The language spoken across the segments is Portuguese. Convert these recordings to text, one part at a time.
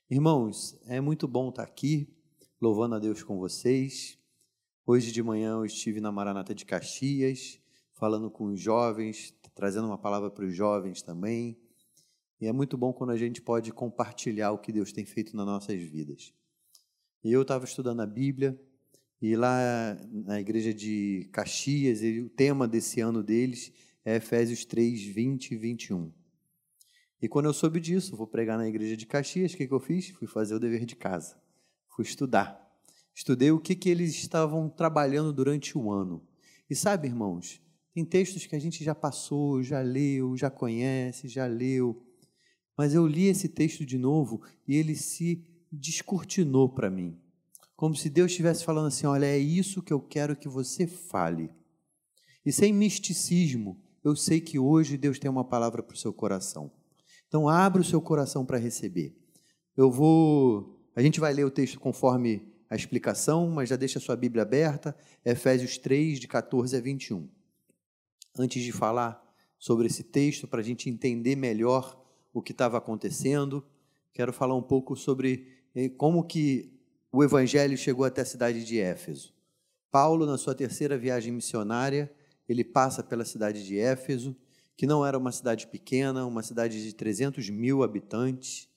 Irmãos, é muito bom estar aqui, louvando a Deus com vocês. Hoje de manhã eu estive na Maranata de Caxias, falando com os jovens, trazendo uma palavra para os jovens também. E é muito bom quando a gente pode compartilhar o que Deus tem feito nas nossas vidas. E eu estava estudando a Bíblia, e lá na igreja de Caxias, o tema desse ano deles é Efésios 3, 20 e 21. E quando eu soube disso, vou pregar na igreja de Caxias, o que eu fiz? Fui fazer o dever de casa, fui estudar. Estudei o que eles estavam trabalhando durante o ano. E sabe, irmãos, tem textos que a gente já passou, já leu, já conhece, já leu, mas eu li esse texto de novo e ele se descortinou para mim. Como se Deus estivesse falando assim, olha, é isso que eu quero que você fale. E sem misticismo, eu sei que hoje Deus tem uma palavra para o seu coração. Então, abra o seu coração para receber. A gente vai ler o texto conforme a explicação, mas já deixa a sua Bíblia aberta, Efésios 3, de 14 a 21. Antes de falar sobre esse texto, para a gente entender melhor o que estava acontecendo, quero falar um pouco sobre como que o Evangelho chegou até a cidade de Éfeso. Paulo, na sua terceira viagem missionária, ele passa pela cidade de Éfeso, que não era uma cidade pequena, uma cidade de 300 mil habitantes,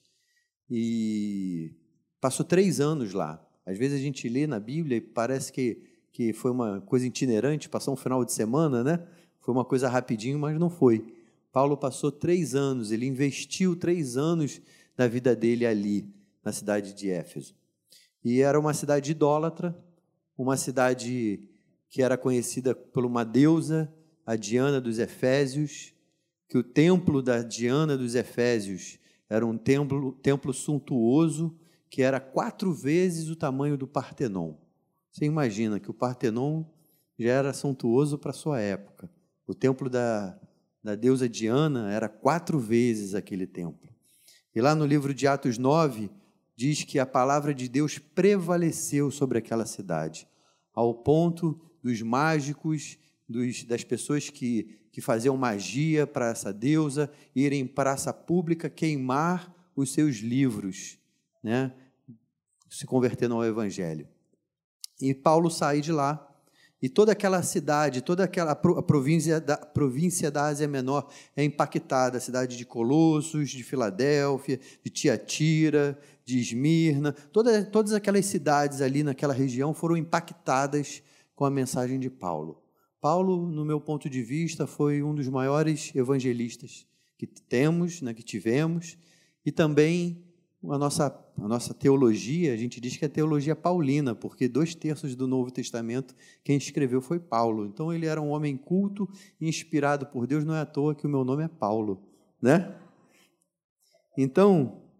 e passou 3 anos lá. Às vezes a gente lê na Bíblia e parece que foi uma coisa itinerante, passou um final de semana, né? Foi uma coisa rapidinho, mas não foi. Paulo passou 3 anos, ele investiu 3 anos da vida dele ali, na cidade de Éfeso. E era uma cidade idólatra, uma cidade que era conhecida por uma deusa, a Diana dos Efésios, que o templo da Diana dos Efésios era um templo suntuoso, que era 4 vezes o tamanho do Partenon. Você imagina que o Partenon já era suntuoso para a sua época. O templo da deusa Diana era 4 vezes aquele templo. E lá no livro de Atos 9, diz que a palavra de Deus prevaleceu sobre aquela cidade, ao ponto dos mágicos, das pessoas que faziam magia para essa deusa, irem em praça pública queimar os seus livros, né? Se convertendo ao Evangelho. E Paulo sai de lá, e toda aquela cidade, toda aquela província da Ásia Menor é impactada, a cidade de Colossos, de Filadélfia, de Tiatira, de Esmirna, todas aquelas cidades ali naquela região foram impactadas com a mensagem de Paulo. Paulo, no meu ponto de vista, foi um dos maiores evangelistas que temos, né, que tivemos, e também a nossa teologia, a gente diz que é teologia paulina, porque 2/3 do Novo Testamento quem escreveu foi Paulo. Então ele era um homem culto e inspirado por Deus, não é à toa que o meu nome é Paulo, né? Então,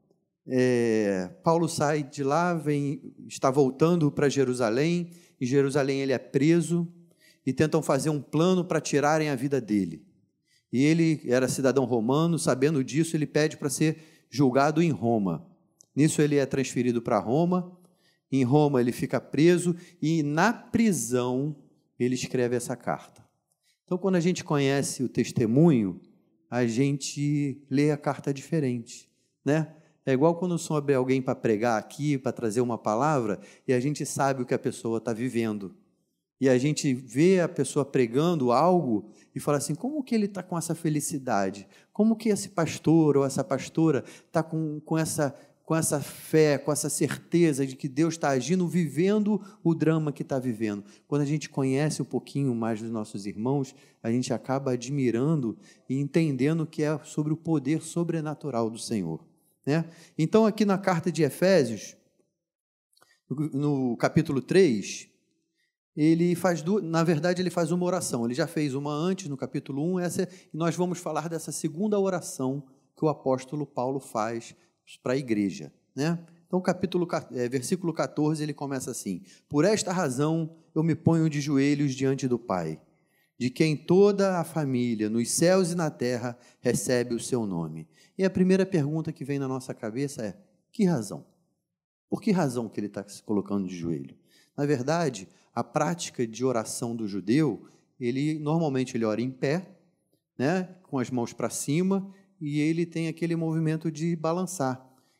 Paulo sai de lá, está voltando para Jerusalém. Em Jerusalém ele é preso e tentam fazer um plano para tirarem a vida dele. E ele era cidadão romano, sabendo disso, ele pede para ser julgado em Roma. Nisso ele é transferido para Roma, em Roma ele fica preso e na prisão ele escreve essa carta. Então, quando a gente conhece o testemunho, a gente lê a carta diferente, né? É igual quando sobe alguém para pregar aqui, para trazer uma palavra, e a gente sabe o que a pessoa está vivendo. E a gente vê a pessoa pregando algo e fala assim, como que ele está com essa felicidade? Como que esse pastor ou essa pastora está com essa fé, com essa certeza de que Deus está agindo, vivendo o drama que está vivendo? Quando a gente conhece um pouquinho mais dos nossos irmãos, a gente acaba admirando e entendendo que é sobre o poder sobrenatural do Senhor, né? Então, aqui na carta de Efésios, no capítulo 3, ele faz uma oração. Ele já fez uma antes, no capítulo 1, e nós vamos falar dessa segunda oração que o apóstolo Paulo faz para a igreja, né? Então, versículo 14, ele começa assim: por esta razão eu me ponho de joelhos diante do Pai, de quem toda a família, nos céus e na terra, recebe o seu nome. E a primeira pergunta que vem na nossa cabeça é: que razão? Por que razão que ele está se colocando de joelho? Na verdade, a prática de oração do judeu, normalmente ele ora em pé, né, com as mãos para cima, e ele tem aquele movimento de balançar,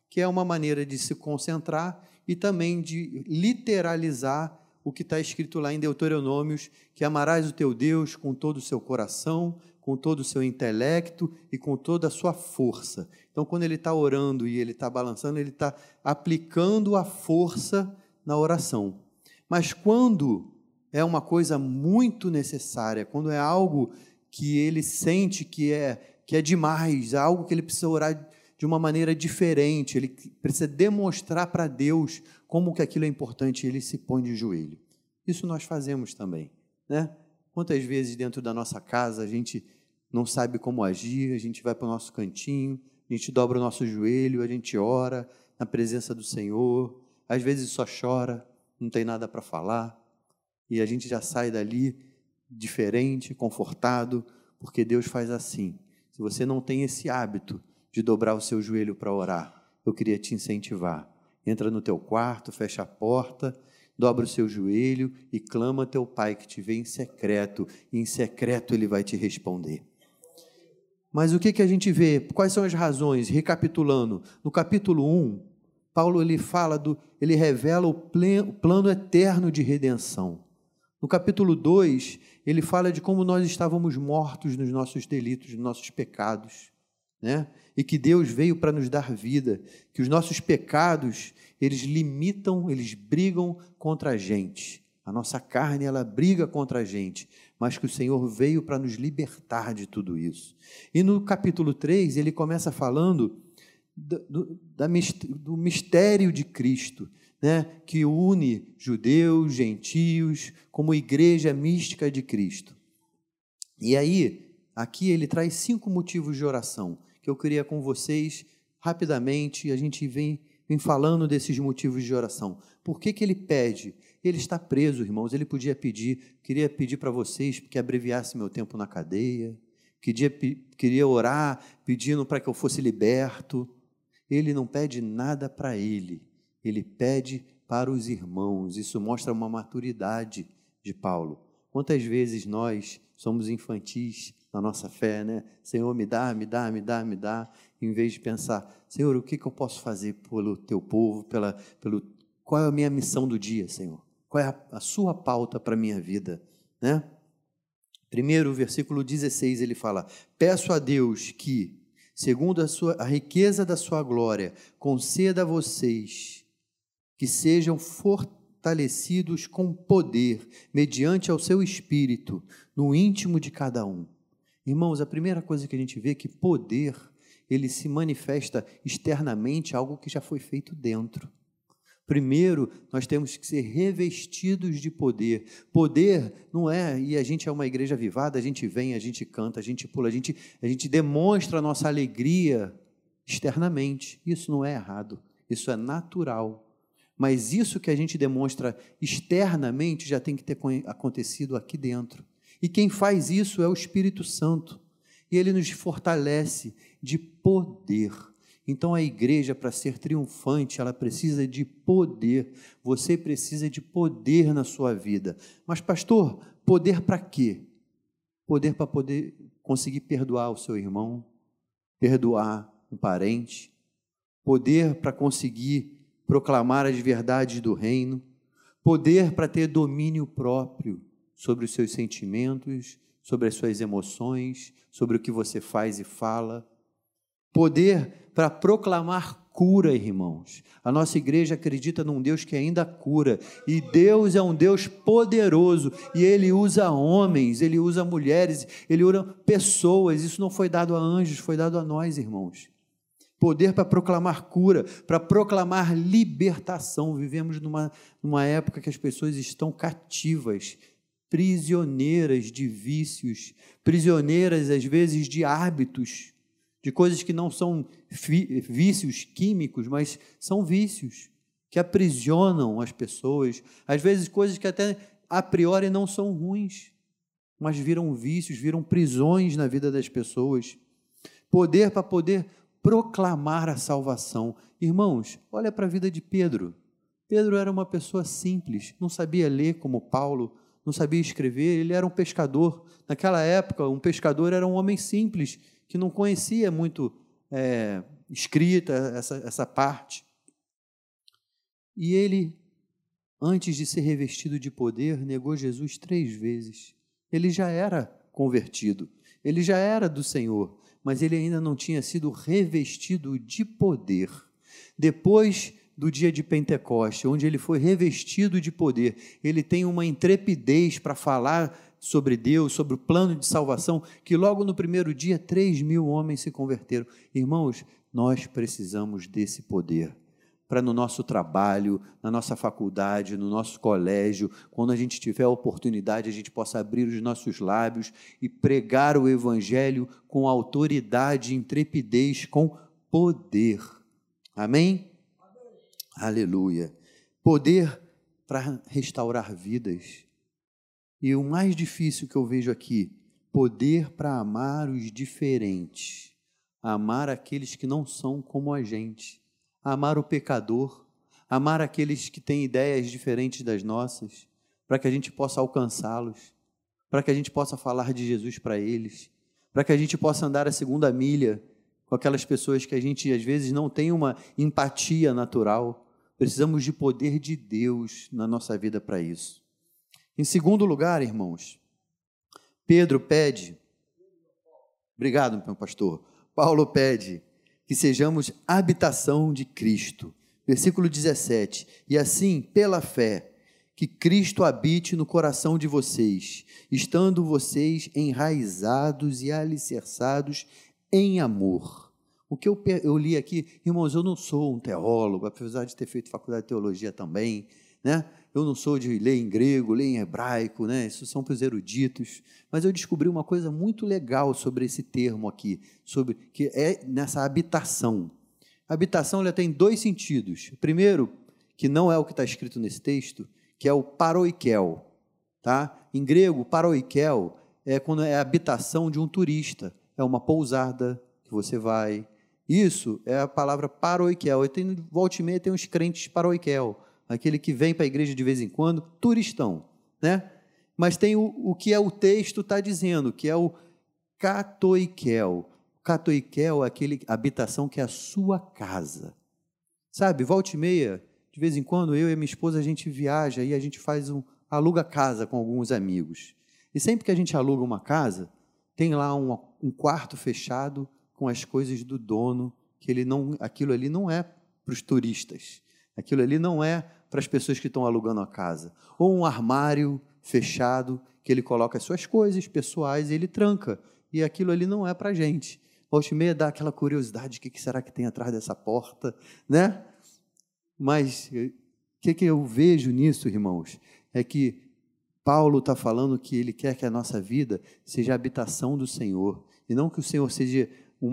que é uma maneira de se concentrar e também de literalizar o que está escrito lá em Deuteronômios, que amarás o teu Deus com todo o seu coração, com todo o seu intelecto e com toda a sua força. Então, quando ele está orando e ele está balançando, ele está aplicando a força na oração. Mas quando é uma coisa muito necessária, quando é algo que ele sente que é demais, algo que ele precisa orar de uma maneira diferente, ele precisa demonstrar para Deus como que aquilo é importante, ele se põe de joelho. Isso nós fazemos também, né? Quantas vezes dentro da nossa casa a gente não sabe como agir, a gente vai para o nosso cantinho, a gente dobra o nosso joelho, a gente ora na presença do Senhor, às vezes só chora, não tem nada para falar, e a gente já sai dali diferente, confortado, porque Deus faz assim. Se você não tem esse hábito de dobrar o seu joelho para orar, eu queria te incentivar. Entra no teu quarto, fecha a porta, dobra o seu joelho e clama a teu Pai que te vê em secreto, e em secreto Ele vai te responder. Mas o que a gente vê? Quais são as razões? Recapitulando, no capítulo 1, Paulo ele revela o plano eterno de redenção. No capítulo 2, ele fala de como nós estávamos mortos nos nossos delitos, nos nossos pecados, né? E que Deus veio para nos dar vida, que os nossos pecados, eles limitam, eles brigam contra a gente. A nossa carne, ela briga contra a gente, mas que o Senhor veio para nos libertar de tudo isso. E no capítulo 3, ele começa falando do mistério de Cristo, né, que une judeus, gentios, como igreja mística de Cristo. E aí, aqui ele traz 5 motivos de oração, que eu queria com vocês, rapidamente, a gente vem falando desses motivos de oração. Por que ele pede? Ele está preso, irmãos, ele queria pedir para vocês que abreviasse meu tempo na cadeia, queria orar pedindo para que eu fosse liberto. Ele não pede nada para ele pede para os irmãos. Isso mostra uma maturidade de Paulo. Quantas vezes nós somos infantis na nossa fé, né? Senhor, me dá, em vez de pensar, Senhor, o que eu posso fazer pelo teu povo, qual é a minha missão do dia, Senhor? Qual é a sua pauta para a minha vida, né? Primeiro, versículo 16, ele fala, peço a Deus que, segundo a riqueza da sua glória, conceda a vocês que sejam fortalecidos com poder, mediante ao seu Espírito, no íntimo de cada um. Irmãos, a primeira coisa que a gente vê é que poder, ele se manifesta externamente, algo que já foi feito dentro. Primeiro, nós temos que ser revestidos de poder. Poder não é, e a gente é uma igreja avivada, a gente vem, a gente canta, a gente pula, a gente demonstra a nossa alegria externamente. Isso não é errado, isso é natural. Mas isso que a gente demonstra externamente já tem que ter acontecido aqui dentro. E quem faz isso é o Espírito Santo. E ele nos fortalece de poder. Então a igreja, para ser triunfante, ela precisa de poder. Você precisa de poder na sua vida. Mas, pastor, poder para quê? Poder para poder conseguir perdoar o seu irmão, perdoar um parente, poder para conseguir proclamar as verdades do reino, poder para ter domínio próprio sobre os seus sentimentos, sobre as suas emoções, sobre o que você faz e fala, poder para proclamar cura, irmãos. A nossa igreja acredita num Deus que ainda cura, e Deus é um Deus poderoso, e Ele usa homens, Ele usa mulheres, Ele usa pessoas. Isso não foi dado a anjos, foi dado a nós, irmãos. Poder para proclamar cura, para proclamar libertação. Vivemos numa época que as pessoas estão cativas, prisioneiras de vícios, prisioneiras, às vezes, de hábitos, de coisas que não são vícios químicos, mas são vícios que aprisionam as pessoas. Às vezes, coisas que até a priori não são ruins, mas viram vícios, viram prisões na vida das pessoas. Poder para poder proclamar a salvação. Irmãos, olha para a vida de Pedro. Pedro era uma pessoa simples, não sabia ler como Paulo, não sabia escrever, ele era um pescador. Naquela época, um pescador era um homem simples, que não conhecia muito escrita essa parte. E ele, antes de ser revestido de poder, negou Jesus 3 vezes. Ele já era convertido, ele já era do Senhor, mas ele ainda não tinha sido revestido de poder. Depois do dia de Pentecoste, onde ele foi revestido de poder, ele tem uma intrepidez para falar sobre Deus, sobre o plano de salvação, que logo no primeiro dia 3.000 homens se converteram. Irmãos, nós precisamos desse poder para no nosso trabalho, na nossa faculdade, no nosso colégio, quando a gente tiver a oportunidade, a gente possa abrir os nossos lábios e pregar o Evangelho com autoridade, intrepidez, com poder. Amém? Aleluia. Poder para restaurar vidas. E o mais difícil que eu vejo aqui, poder para amar os diferentes, amar aqueles que não são como a gente, amar o pecador, amar aqueles que têm ideias diferentes das nossas, para que a gente possa alcançá-los, para que a gente possa falar de Jesus para eles, para que a gente possa andar a 2ª milha com aquelas pessoas que a gente às vezes não tem uma empatia natural. Precisamos de poder de Deus na nossa vida para isso. Em segundo lugar, irmãos, Pedro pede, obrigado, meu pastor, Paulo pede que sejamos habitação de Cristo. Versículo 17, e assim, pela fé, que Cristo habite no coração de vocês, estando vocês enraizados e alicerçados em amor. O que eu li aqui, irmãos, eu não sou um teólogo, apesar de ter feito faculdade de teologia também, né? Eu não sou de ler em grego, ler em hebraico, né? Isso são para os eruditos, mas eu descobri uma coisa muito legal sobre esse termo aqui, sobre que é nessa habitação. A habitação ela tem 2 sentidos. O primeiro, que não é o que está escrito nesse texto, que é o paroikel, tá? Em grego, paroikel é quando é a habitação de um turista, é uma pousada que você vai. Isso é a palavra paroikel. Volta e meia tem uns crentes paroikel, aquele que vem para a igreja de vez em quando, turistão, né? Mas tem o que é o texto está dizendo, que é o catoikel. Catoikel é aquele habitação que é a sua casa. Sabe, volta e meia, de vez em quando, eu e minha esposa, a gente viaja e a gente aluga casa com alguns amigos. E sempre que a gente aluga uma casa, tem lá um quarto fechado com as coisas do dono, que aquilo ali não é para os turistas, aquilo ali não é para as pessoas que estão alugando a casa. Ou um armário fechado, que ele coloca as suas coisas pessoais e ele tranca, e aquilo ali não é para a gente. Volta e meia dá aquela curiosidade, o que será que tem atrás dessa porta, né? Mas o que eu vejo nisso, irmãos, é que Paulo está falando que ele quer que a nossa vida seja a habitação do Senhor, e não que o Senhor seja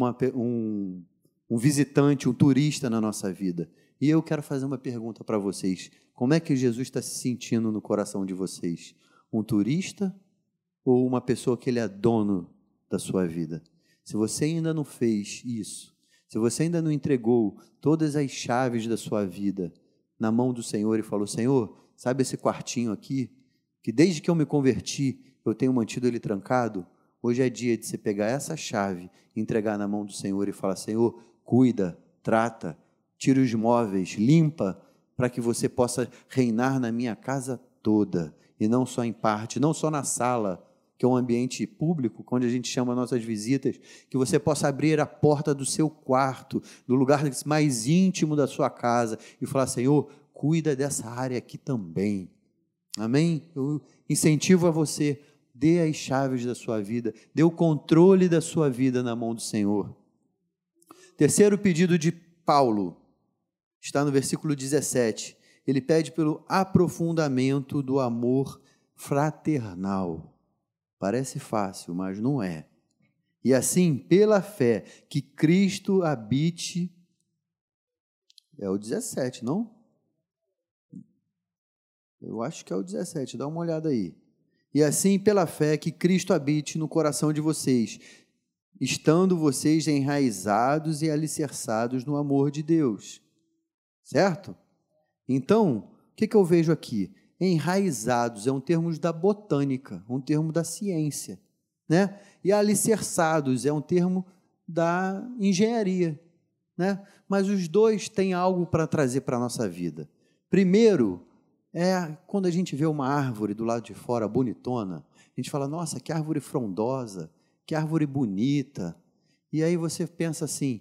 um visitante, um turista na nossa vida. E eu quero fazer uma pergunta para vocês. Como é que Jesus está se sentindo no coração de vocês? Um turista ou uma pessoa que ele é dono da sua vida? Se você ainda não fez isso, se você ainda não entregou todas as chaves da sua vida na mão do Senhor e falou, Senhor, sabe esse quartinho aqui, que desde que eu me converti, eu tenho mantido ele trancado? Hoje é dia de você pegar essa chave, entregar na mão do Senhor e falar, Senhor, cuida, trata, tira os móveis, limpa, para que você possa reinar na minha casa toda, e não só em parte, não só na sala, que é um ambiente público, onde a gente chama nossas visitas, que você possa abrir a porta do seu quarto, do lugar mais íntimo da sua casa, e falar, Senhor, cuida dessa área aqui também. Amém? Eu incentivo a você, dê as chaves da sua vida, dê o controle da sua vida na mão do Senhor. Terceiro pedido de Paulo, está no versículo 17, ele pede pelo aprofundamento do amor fraternal. Parece fácil, mas não é. E assim, pela fé, que Cristo habite, é o 17, não? Eu acho que é o 17, dá uma olhada aí. E assim, pela fé, que Cristo habite no coração de vocês, estando vocês enraizados e alicerçados no amor de Deus. Certo? Então, o que eu vejo aqui? Enraizados é um termo da botânica, um termo da ciência, né? E alicerçados é um termo da engenharia. né? Mas os dois têm algo para trazer para a nossa vida. Primeiro, quando a gente vê uma árvore do lado de fora bonitona, a gente fala, nossa, que árvore frondosa, que árvore bonita. E aí você pensa assim,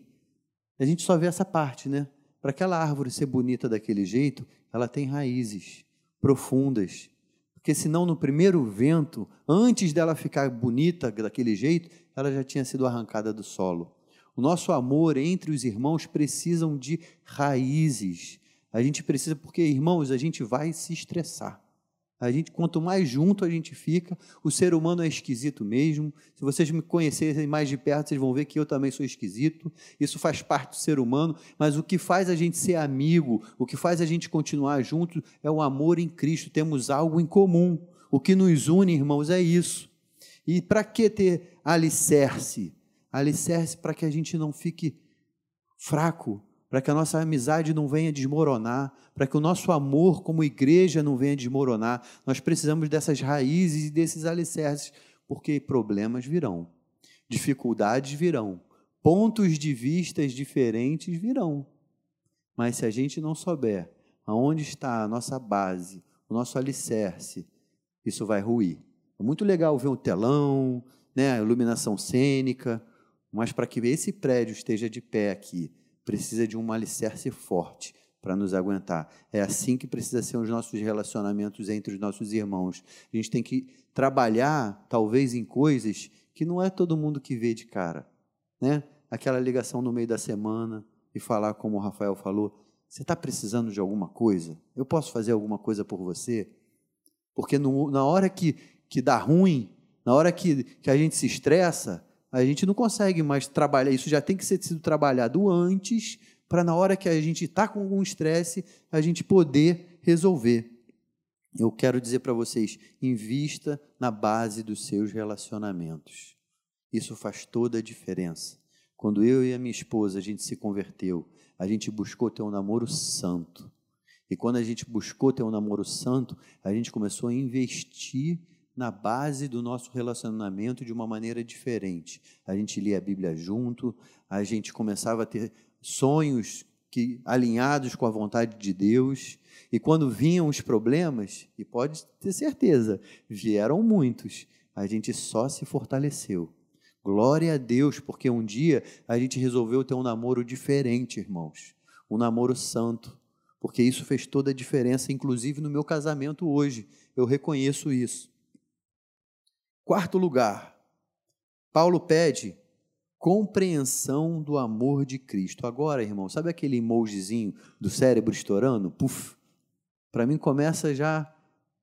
a gente só vê essa parte, né? Para aquela árvore ser bonita daquele jeito, ela tem raízes profundas. Porque senão no primeiro vento, antes dela ficar bonita daquele jeito, ela já tinha sido arrancada do solo. O nosso amor entre os irmãos precisam de raízes. A gente precisa, porque, irmãos, a gente vai se estressar. Quanto mais junto a gente fica, o ser humano é esquisito mesmo. Se vocês me conhecerem mais de perto, vocês vão ver que eu também sou esquisito. Isso faz parte do ser humano, mas o que faz a gente ser amigo, o que faz a gente continuar junto é o amor em Cristo. Temos algo em comum. O que nos une, irmãos, é isso. E para que ter alicerce? Alicerce para que a gente não fique fraco, para que a nossa amizade não venha desmoronar, para que o nosso amor como igreja não venha desmoronar. Nós precisamos dessas raízes e desses alicerces, porque problemas virão, dificuldades virão, pontos de vistas diferentes virão. Mas se a gente não souber aonde está a nossa base, o nosso alicerce, isso vai ruir. É muito legal ver um telão, né, a iluminação cênica, mas para que esse prédio esteja de pé aqui, precisa de um alicerce forte para nos aguentar. É assim que precisa ser os nossos relacionamentos entre os nossos irmãos. A gente tem que trabalhar, talvez, em coisas que não é todo mundo que vê de cara, né? Aquela ligação no meio da semana e falar, como o Rafael falou, você está precisando de alguma coisa? Eu posso fazer alguma coisa por você? Porque na hora que dá ruim, na hora que a gente se estressa, a gente não consegue mais trabalhar, isso já tem que ser sido trabalhado antes, para na hora que a gente está com algum estresse, a gente poder resolver. Eu quero dizer para vocês, invista na base dos seus relacionamentos. Isso faz toda a diferença. Quando eu e a minha esposa, a gente se converteu, a gente buscou ter um namoro santo. E quando a gente buscou ter um namoro santo, a gente começou a investir na base do nosso relacionamento de uma maneira diferente. A gente lia a Bíblia junto, a gente começava a ter sonhos alinhados com a vontade de Deus, e quando vinham os problemas, e pode ter certeza, vieram muitos, a gente só se fortaleceu. Glória a Deus, porque um dia a gente resolveu ter um namoro diferente, irmãos, um namoro santo, porque isso fez toda a diferença, inclusive no meu casamento hoje, eu reconheço isso. Quarto lugar, Paulo pede compreensão do amor de Cristo. Agora, irmão, sabe aquele emojizinho do cérebro estourando? Puf! Para mim começa já a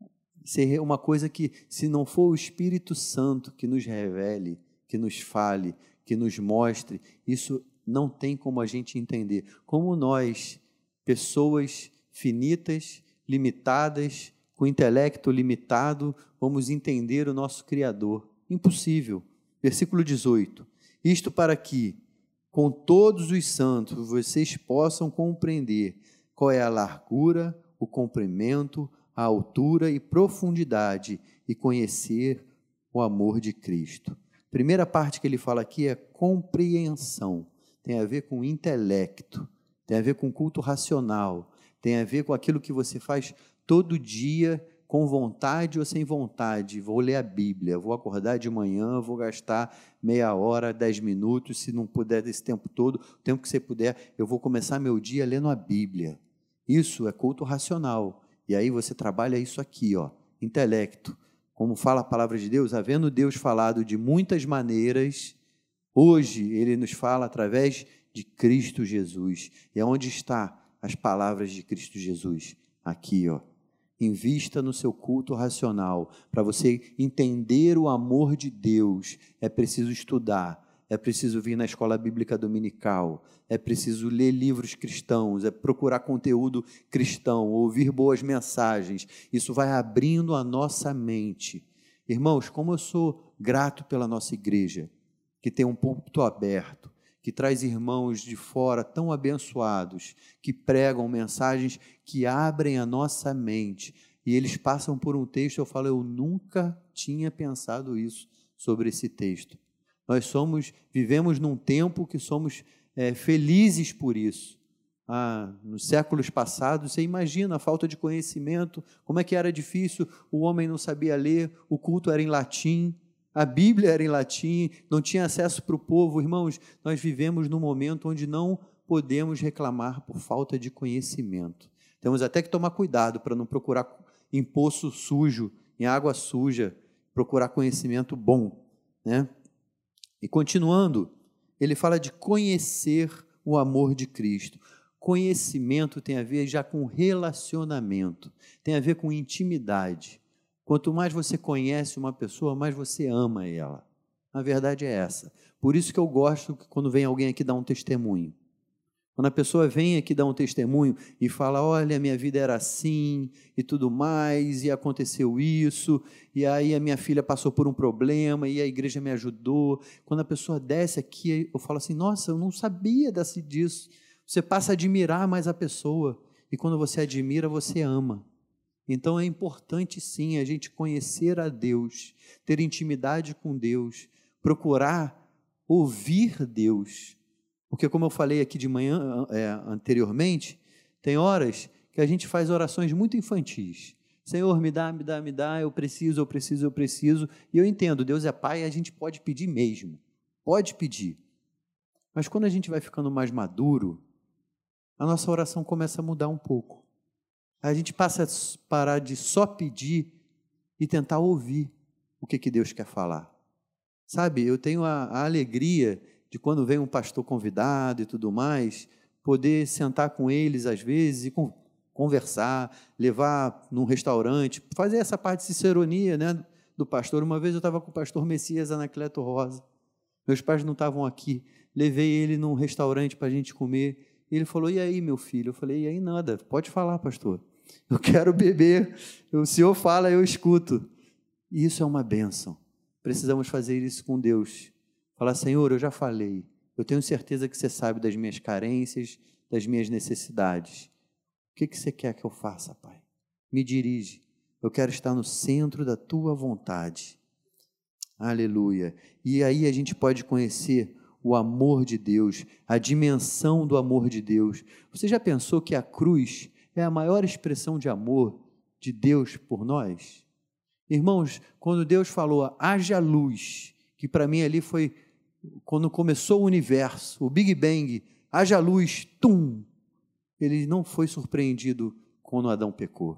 ser uma coisa que, se não for o Espírito Santo que nos revele, que nos fale, que nos mostre, isso não tem como a gente entender. Como nós, pessoas finitas, limitadas, com intelecto limitado, vamos entender o nosso Criador. Impossível. Versículo 18. Isto para que, com todos os santos, vocês possam compreender qual é a largura, o comprimento, a altura e profundidade, e conhecer o amor de Cristo. Primeira parte que ele fala aqui é compreensão. Tem a ver com intelecto, tem a ver com culto racional, tem a ver com aquilo que você faz todo dia, com vontade ou sem vontade. Vou ler a Bíblia, vou acordar de manhã, vou gastar meia hora, 10 minutos, se não puder desse tempo todo, o tempo que você puder, eu vou começar meu dia lendo a Bíblia. Isso é culto racional. E aí você trabalha isso aqui, intelecto. Como fala a palavra de Deus, havendo Deus falado de muitas maneiras, hoje Ele nos fala através de Cristo Jesus. E aonde está as palavras de Cristo Jesus? Aqui, Invista no seu culto racional. Para você entender o amor de Deus, é preciso estudar, é preciso vir na escola bíblica dominical, é preciso ler livros cristãos, é procurar conteúdo cristão, ouvir boas mensagens. Isso vai abrindo a nossa mente. Irmãos, como eu sou grato pela nossa igreja, que tem um púlpito aberto, que traz irmãos de fora tão abençoados, que pregam mensagens que abrem a nossa mente, e eles passam por um texto, eu falo, eu nunca tinha pensado isso sobre esse texto. Nós vivemos num tempo que somos felizes por isso. Nos séculos passados, você imagina a falta de conhecimento, como é que era difícil, o homem não sabia ler, o culto era em latim, a Bíblia era em latim, não tinha acesso para o povo. Irmãos, nós vivemos num momento onde não podemos reclamar por falta de conhecimento. Temos até que tomar cuidado para não procurar em poço sujo, em água suja, procurar conhecimento bom, né? E continuando, ele fala de conhecer o amor de Cristo. Conhecimento tem a ver já com relacionamento, tem a ver com intimidade. Quanto mais você conhece uma pessoa, mais você ama ela. A verdade é essa. Por isso que eu gosto que quando vem alguém aqui dar um testemunho. Quando a pessoa vem aqui dar um testemunho e fala, olha, minha vida era assim e tudo mais, e aconteceu isso, e aí a minha filha passou por um problema e a igreja me ajudou. Quando a pessoa desce aqui, eu falo assim, nossa, eu não sabia disso. Você passa a admirar mais a pessoa, e quando você admira, você ama. Então é importante sim a gente conhecer a Deus, ter intimidade com Deus, procurar ouvir Deus. Porque como eu falei aqui de manhã, anteriormente, tem horas que a gente faz orações muito infantis. Senhor, me dá, eu preciso, e eu entendo, Deus é Pai e a gente pode pedir mesmo, pode pedir. Mas quando a gente vai ficando mais maduro, a nossa oração começa a mudar um pouco. A gente passa a parar de só pedir e tentar ouvir o que Deus quer falar. Sabe, eu tenho a alegria de quando vem um pastor convidado e tudo mais, poder sentar com eles às vezes e conversar, levar num restaurante, fazer essa parte de ciceronia, né, do pastor. Uma vez eu estava com o pastor Messias Anacleto Rosa, meus pais não estavam aqui, levei ele num restaurante para a gente comer. Ele falou, e aí, meu filho? Eu falei, e aí nada, pode falar, pastor. Eu quero beber, o senhor fala, eu escuto. E isso é uma bênção. Precisamos fazer isso com Deus. Falar, Senhor, eu já falei, eu tenho certeza que você sabe das minhas carências, das minhas necessidades. O que você quer que eu faça, Pai? Me dirige. Eu quero estar no centro da tua vontade. Aleluia. E aí a gente pode conhecer o amor de Deus, a dimensão do amor de Deus. Você já pensou que a cruz é a maior expressão de amor de Deus por nós? Irmãos, quando Deus falou, haja luz, que para mim ali foi quando começou o universo, o Big Bang, haja luz, tum! Ele não foi surpreendido quando Adão pecou.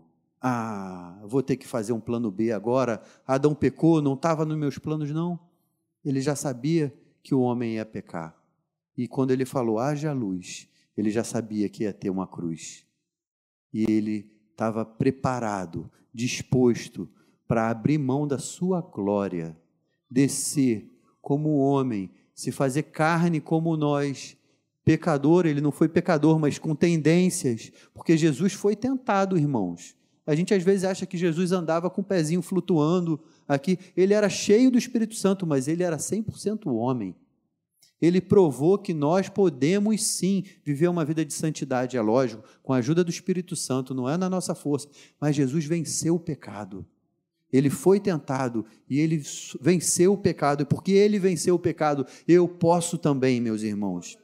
Vou ter que fazer um plano B agora, Adão pecou, não estava nos meus planos não. Ele já sabia que o homem ia pecar. E quando ele falou, haja luz, ele já sabia que ia ter uma cruz. E ele estava preparado, disposto para abrir mão da sua glória, descer como homem, se fazer carne como nós, pecador. Ele não foi pecador, mas com tendências, porque Jesus foi tentado, irmãos. A gente às vezes acha que Jesus andava com o pezinho flutuando aqui, ele era cheio do Espírito Santo, mas ele era 100% homem. Ele provou que nós podemos sim viver uma vida de santidade, é lógico, com a ajuda do Espírito Santo, não é na nossa força, mas Jesus venceu o pecado. Ele foi tentado e ele venceu o pecado, e porque ele venceu o pecado, eu posso também, meus irmãos.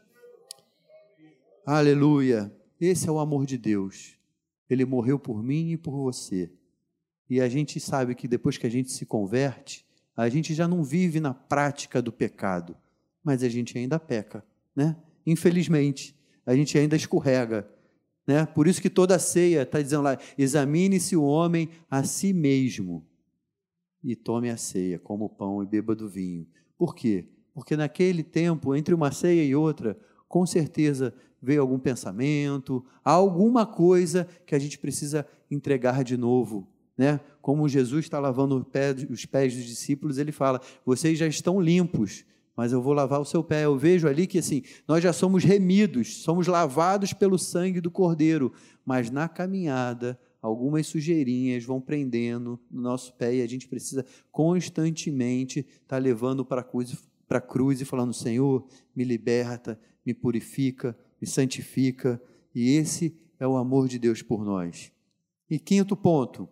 Aleluia! Esse é o amor de Deus. Ele morreu por mim e por você. E a gente sabe que depois que a gente se converte, a gente já não vive na prática do pecado, mas a gente ainda peca, né? Infelizmente, a gente ainda escorrega, né? Por isso que toda a ceia está dizendo lá, examine-se o homem a si mesmo e tome a ceia, coma o pão e beba do vinho. Por quê? Porque naquele tempo, entre uma ceia e outra, com certeza veio algum pensamento, alguma coisa que a gente precisa entregar de novo, né? Como Jesus está lavando os pés dos discípulos, ele fala, vocês já estão limpos, mas eu vou lavar o seu pé. Eu vejo ali que assim, nós já somos remidos, somos lavados pelo sangue do Cordeiro, mas na caminhada, algumas sujeirinhas vão prendendo no nosso pé e a gente precisa constantemente estar levando para a cruz e falando, Senhor, me liberta, me purifica, me santifica, e esse é o amor de Deus por nós. E quinto ponto,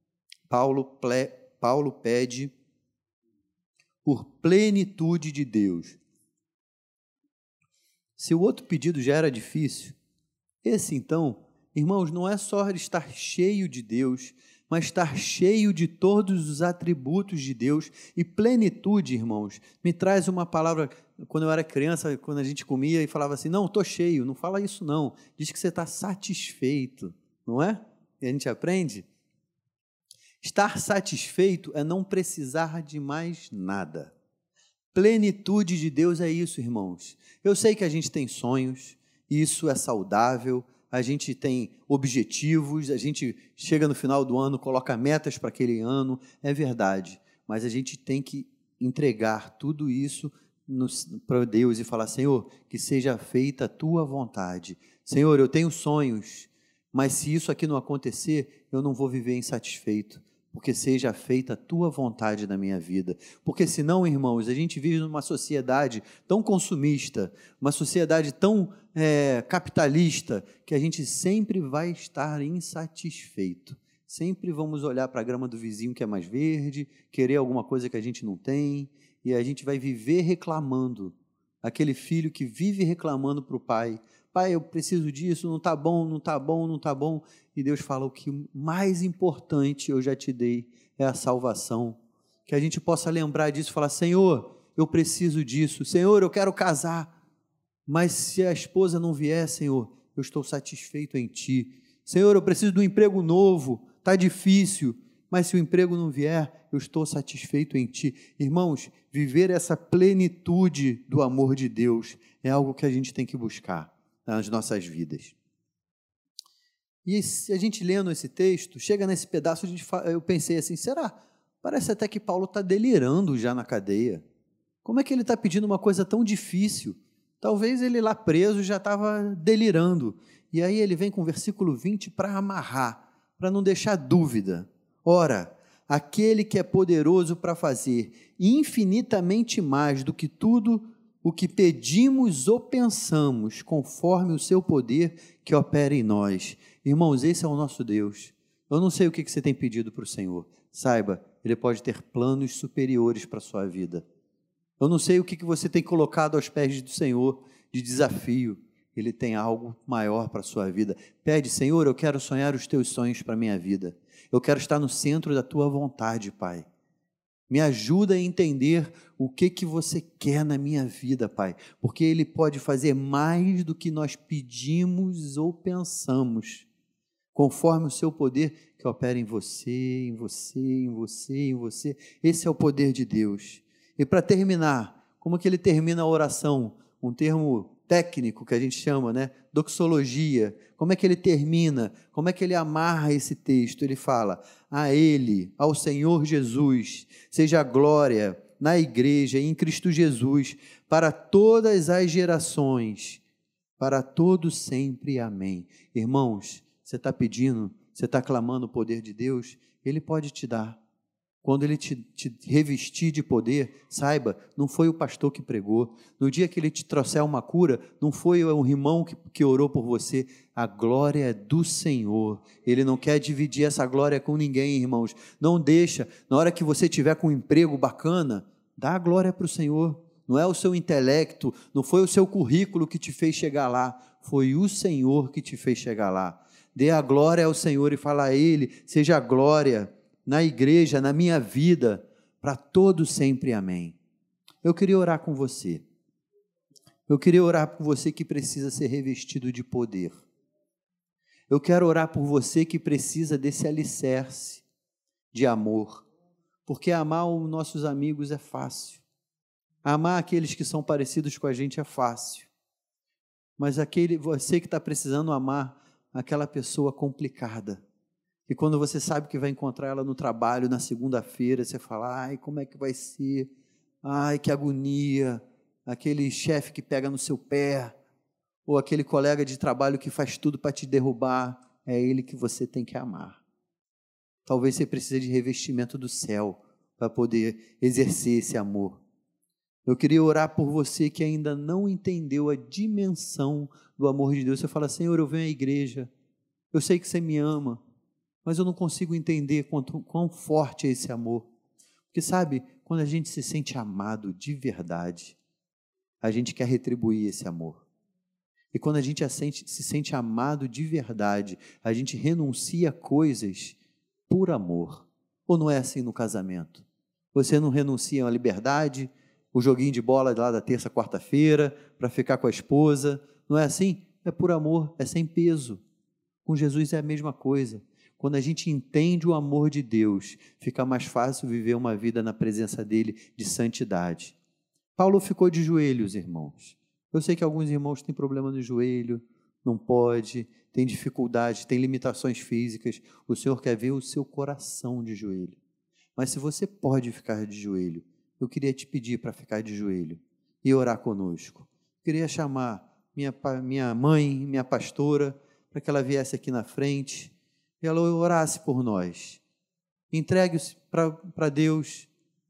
Paulo pede por plenitude de Deus. Se o outro pedido já era difícil, esse então, irmãos, não é só estar cheio de Deus, mas estar cheio de todos os atributos de Deus e plenitude, irmãos. Me traz uma palavra, quando eu era criança, quando a gente comia e falava assim, não, estou cheio, não fala isso não, diz que você está satisfeito, não é? E a gente aprende. Estar satisfeito é não precisar de mais nada. Plenitude de Deus é isso, irmãos. Eu sei que a gente tem sonhos, isso é saudável, a gente tem objetivos, a gente chega no final do ano, coloca metas para aquele ano, é verdade, mas a gente tem que entregar tudo isso para Deus e falar, Senhor, que seja feita a Tua vontade. Senhor, eu tenho sonhos, mas se isso aqui não acontecer, eu não vou viver insatisfeito, porque seja feita a Tua vontade na minha vida, porque senão, irmãos, a gente vive numa sociedade tão consumista, uma sociedade tão capitalista, que a gente sempre vai estar insatisfeito, sempre vamos olhar para a grama do vizinho que é mais verde, querer alguma coisa que a gente não tem, e a gente vai viver reclamando, aquele filho que vive reclamando para o pai, pai, eu preciso disso, não está bom, não está bom, não está bom, e Deus fala, o que mais importante eu já te dei é a salvação, que a gente possa lembrar disso, falar, Senhor, eu preciso disso, Senhor, eu quero casar, mas se a esposa não vier, Senhor, eu estou satisfeito em Ti, Senhor, eu preciso de um emprego novo, está difícil, mas se o emprego não vier, eu estou satisfeito em Ti. Irmãos, viver essa plenitude do amor de Deus é algo que a gente tem que buscar nas nossas vidas. E se a gente lendo esse texto, chega nesse pedaço, eu pensei assim, será? Parece até que Paulo está delirando já na cadeia. Como é que ele está pedindo uma coisa tão difícil? Talvez ele lá preso já estava delirando. E aí ele vem com o versículo 20 para amarrar, para não deixar dúvida. Ora, aquele que é poderoso para fazer infinitamente mais do que tudo o que pedimos ou pensamos, conforme o seu poder que opera em nós. Irmãos, esse é o nosso Deus. Eu não sei o que você tem pedido para o Senhor. Saiba, Ele pode ter planos superiores para a sua vida. Eu não sei o que você tem colocado aos pés do Senhor de desafio. Ele tem algo maior para a sua vida. Pede, Senhor, eu quero sonhar os teus sonhos para a minha vida. Eu quero estar no centro da tua vontade, Pai. Me ajuda a entender o que você quer na minha vida, Pai, porque Ele pode fazer mais do que nós pedimos ou pensamos, conforme o seu poder que opera em você, em você, em você, em você. Esse é o poder de Deus. E para terminar, como que Ele termina a oração? Um termo técnico que a gente chama, né? Doxologia. Como é que ele termina? Como é que ele amarra esse texto? Ele fala, a Ele, ao Senhor Jesus, seja a glória na igreja e em Cristo Jesus, para todas as gerações, para todos sempre. Amém. Irmãos, você está pedindo, você está clamando o poder de Deus, Ele pode te dar. Quando Ele te revestir de poder, saiba, não foi o pastor que pregou, no dia que Ele te trouxer uma cura, não foi um irmão que orou por você, a glória é do Senhor, Ele não quer dividir essa glória com ninguém, irmãos, não deixa, na hora que você tiver com um emprego bacana, dá a glória para o Senhor, não é o seu intelecto, não foi o seu currículo que te fez chegar lá, foi o Senhor que te fez chegar lá, dê a glória ao Senhor e fala a Ele, seja a glória, na igreja, na minha vida, para todos sempre, amém. Eu queria orar com você. Eu queria orar por você que precisa ser revestido de poder. Eu quero orar por você que precisa desse alicerce de amor, porque amar os nossos amigos é fácil. Amar aqueles que são parecidos com a gente é fácil. Mas você que está precisando amar aquela pessoa complicada, e quando você sabe que vai encontrar ela no trabalho na segunda-feira, você fala, ai, como é que vai ser? Ai, que agonia, aquele chefe que pega no seu pé, ou aquele colega de trabalho que faz tudo para te derrubar, é ele que você tem que amar. Talvez você precise de revestimento do céu para poder exercer esse amor. Eu queria orar por você que ainda não entendeu a dimensão do amor de Deus. Você fala, Senhor, eu venho à igreja, eu sei que você me ama, mas eu não consigo entender quão forte é esse amor. Porque sabe, quando a gente se sente amado de verdade, a gente quer retribuir esse amor. E quando a gente se sente amado de verdade, a gente renuncia a coisas por amor. Ou não é assim no casamento? Você não renuncia à liberdade, o joguinho de bola lá da terça, quarta-feira, para ficar com a esposa. Não é assim? É por amor, é sem peso. Com Jesus é a mesma coisa. Quando a gente entende o amor de Deus, fica mais fácil viver uma vida na presença dele de santidade. Paulo ficou de joelhos, irmãos. Eu sei que alguns irmãos têm problema no joelho, não pode, tem dificuldade, tem limitações físicas. O Senhor quer ver o seu coração de joelho. Mas se você pode ficar de joelho, eu queria te pedir para ficar de joelho e orar conosco. Eu queria chamar minha mãe, minha pastora, para que ela viesse aqui na frente e ela orasse por nós. Entregue-se para Deus.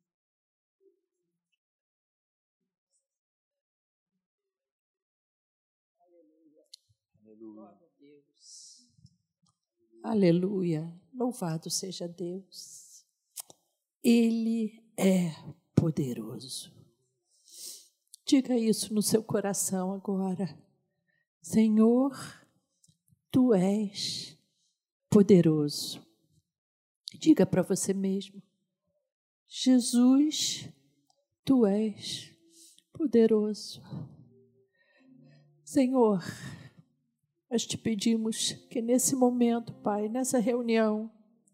Aleluia, louvado seja Deus. Ele é poderoso. Diga isso no seu coração agora. Senhor, Tu és poderoso. Diga para você mesmo. Jesus, Tu és poderoso. Senhor, nós te pedimos que nesse momento, Pai, nessa reunião,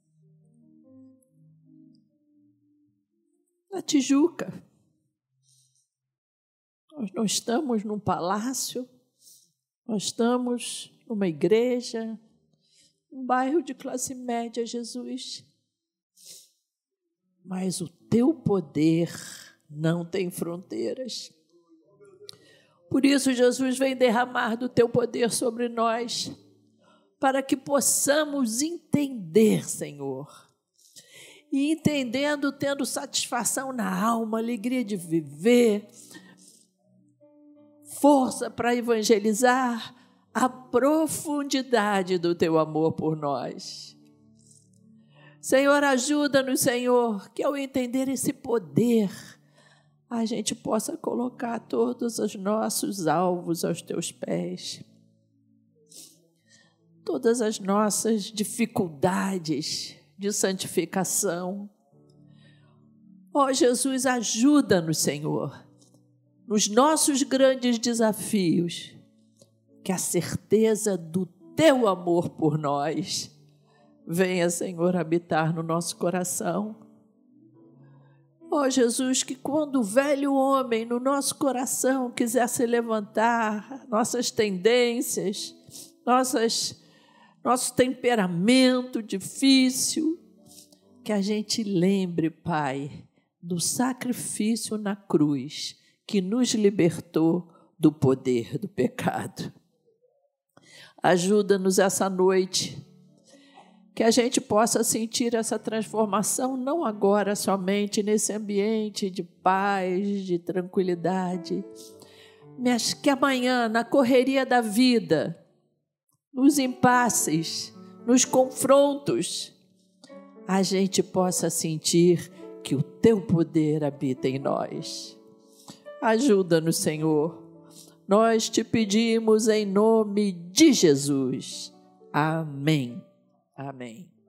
na Tijuca, nós não estamos num palácio, nós estamos numa igreja, um bairro de classe média, Jesus. Mas o teu poder não tem fronteiras. Por isso, Jesus vem derramar do teu poder sobre nós, para que possamos entender, Senhor. E entendendo, tendo satisfação na alma, alegria de viver, força para evangelizar, a profundidade do teu amor por nós. Senhor, ajuda-nos, Senhor, que ao entender esse poder, a gente possa colocar todos os nossos alvos aos teus pés. Todas as nossas dificuldades de santificação. Ó Jesus, ajuda-nos, Senhor, nos nossos grandes desafios, que a certeza do teu amor por nós venha, Senhor, habitar no nosso coração. Ó Jesus, que quando o velho homem no nosso coração quiser se levantar, nossas tendências, nosso temperamento difícil, que a gente lembre, Pai, do sacrifício na cruz que nos libertou do poder do pecado. Ajuda-nos essa noite, que a gente possa sentir essa transformação, não agora somente nesse ambiente de paz, de tranquilidade, mas que amanhã, na correria da vida, nos impasses, nos confrontos, a gente possa sentir que o teu poder habita em nós. Ajuda-nos, Senhor. Nós te pedimos em nome de Jesus. Amém. Amém.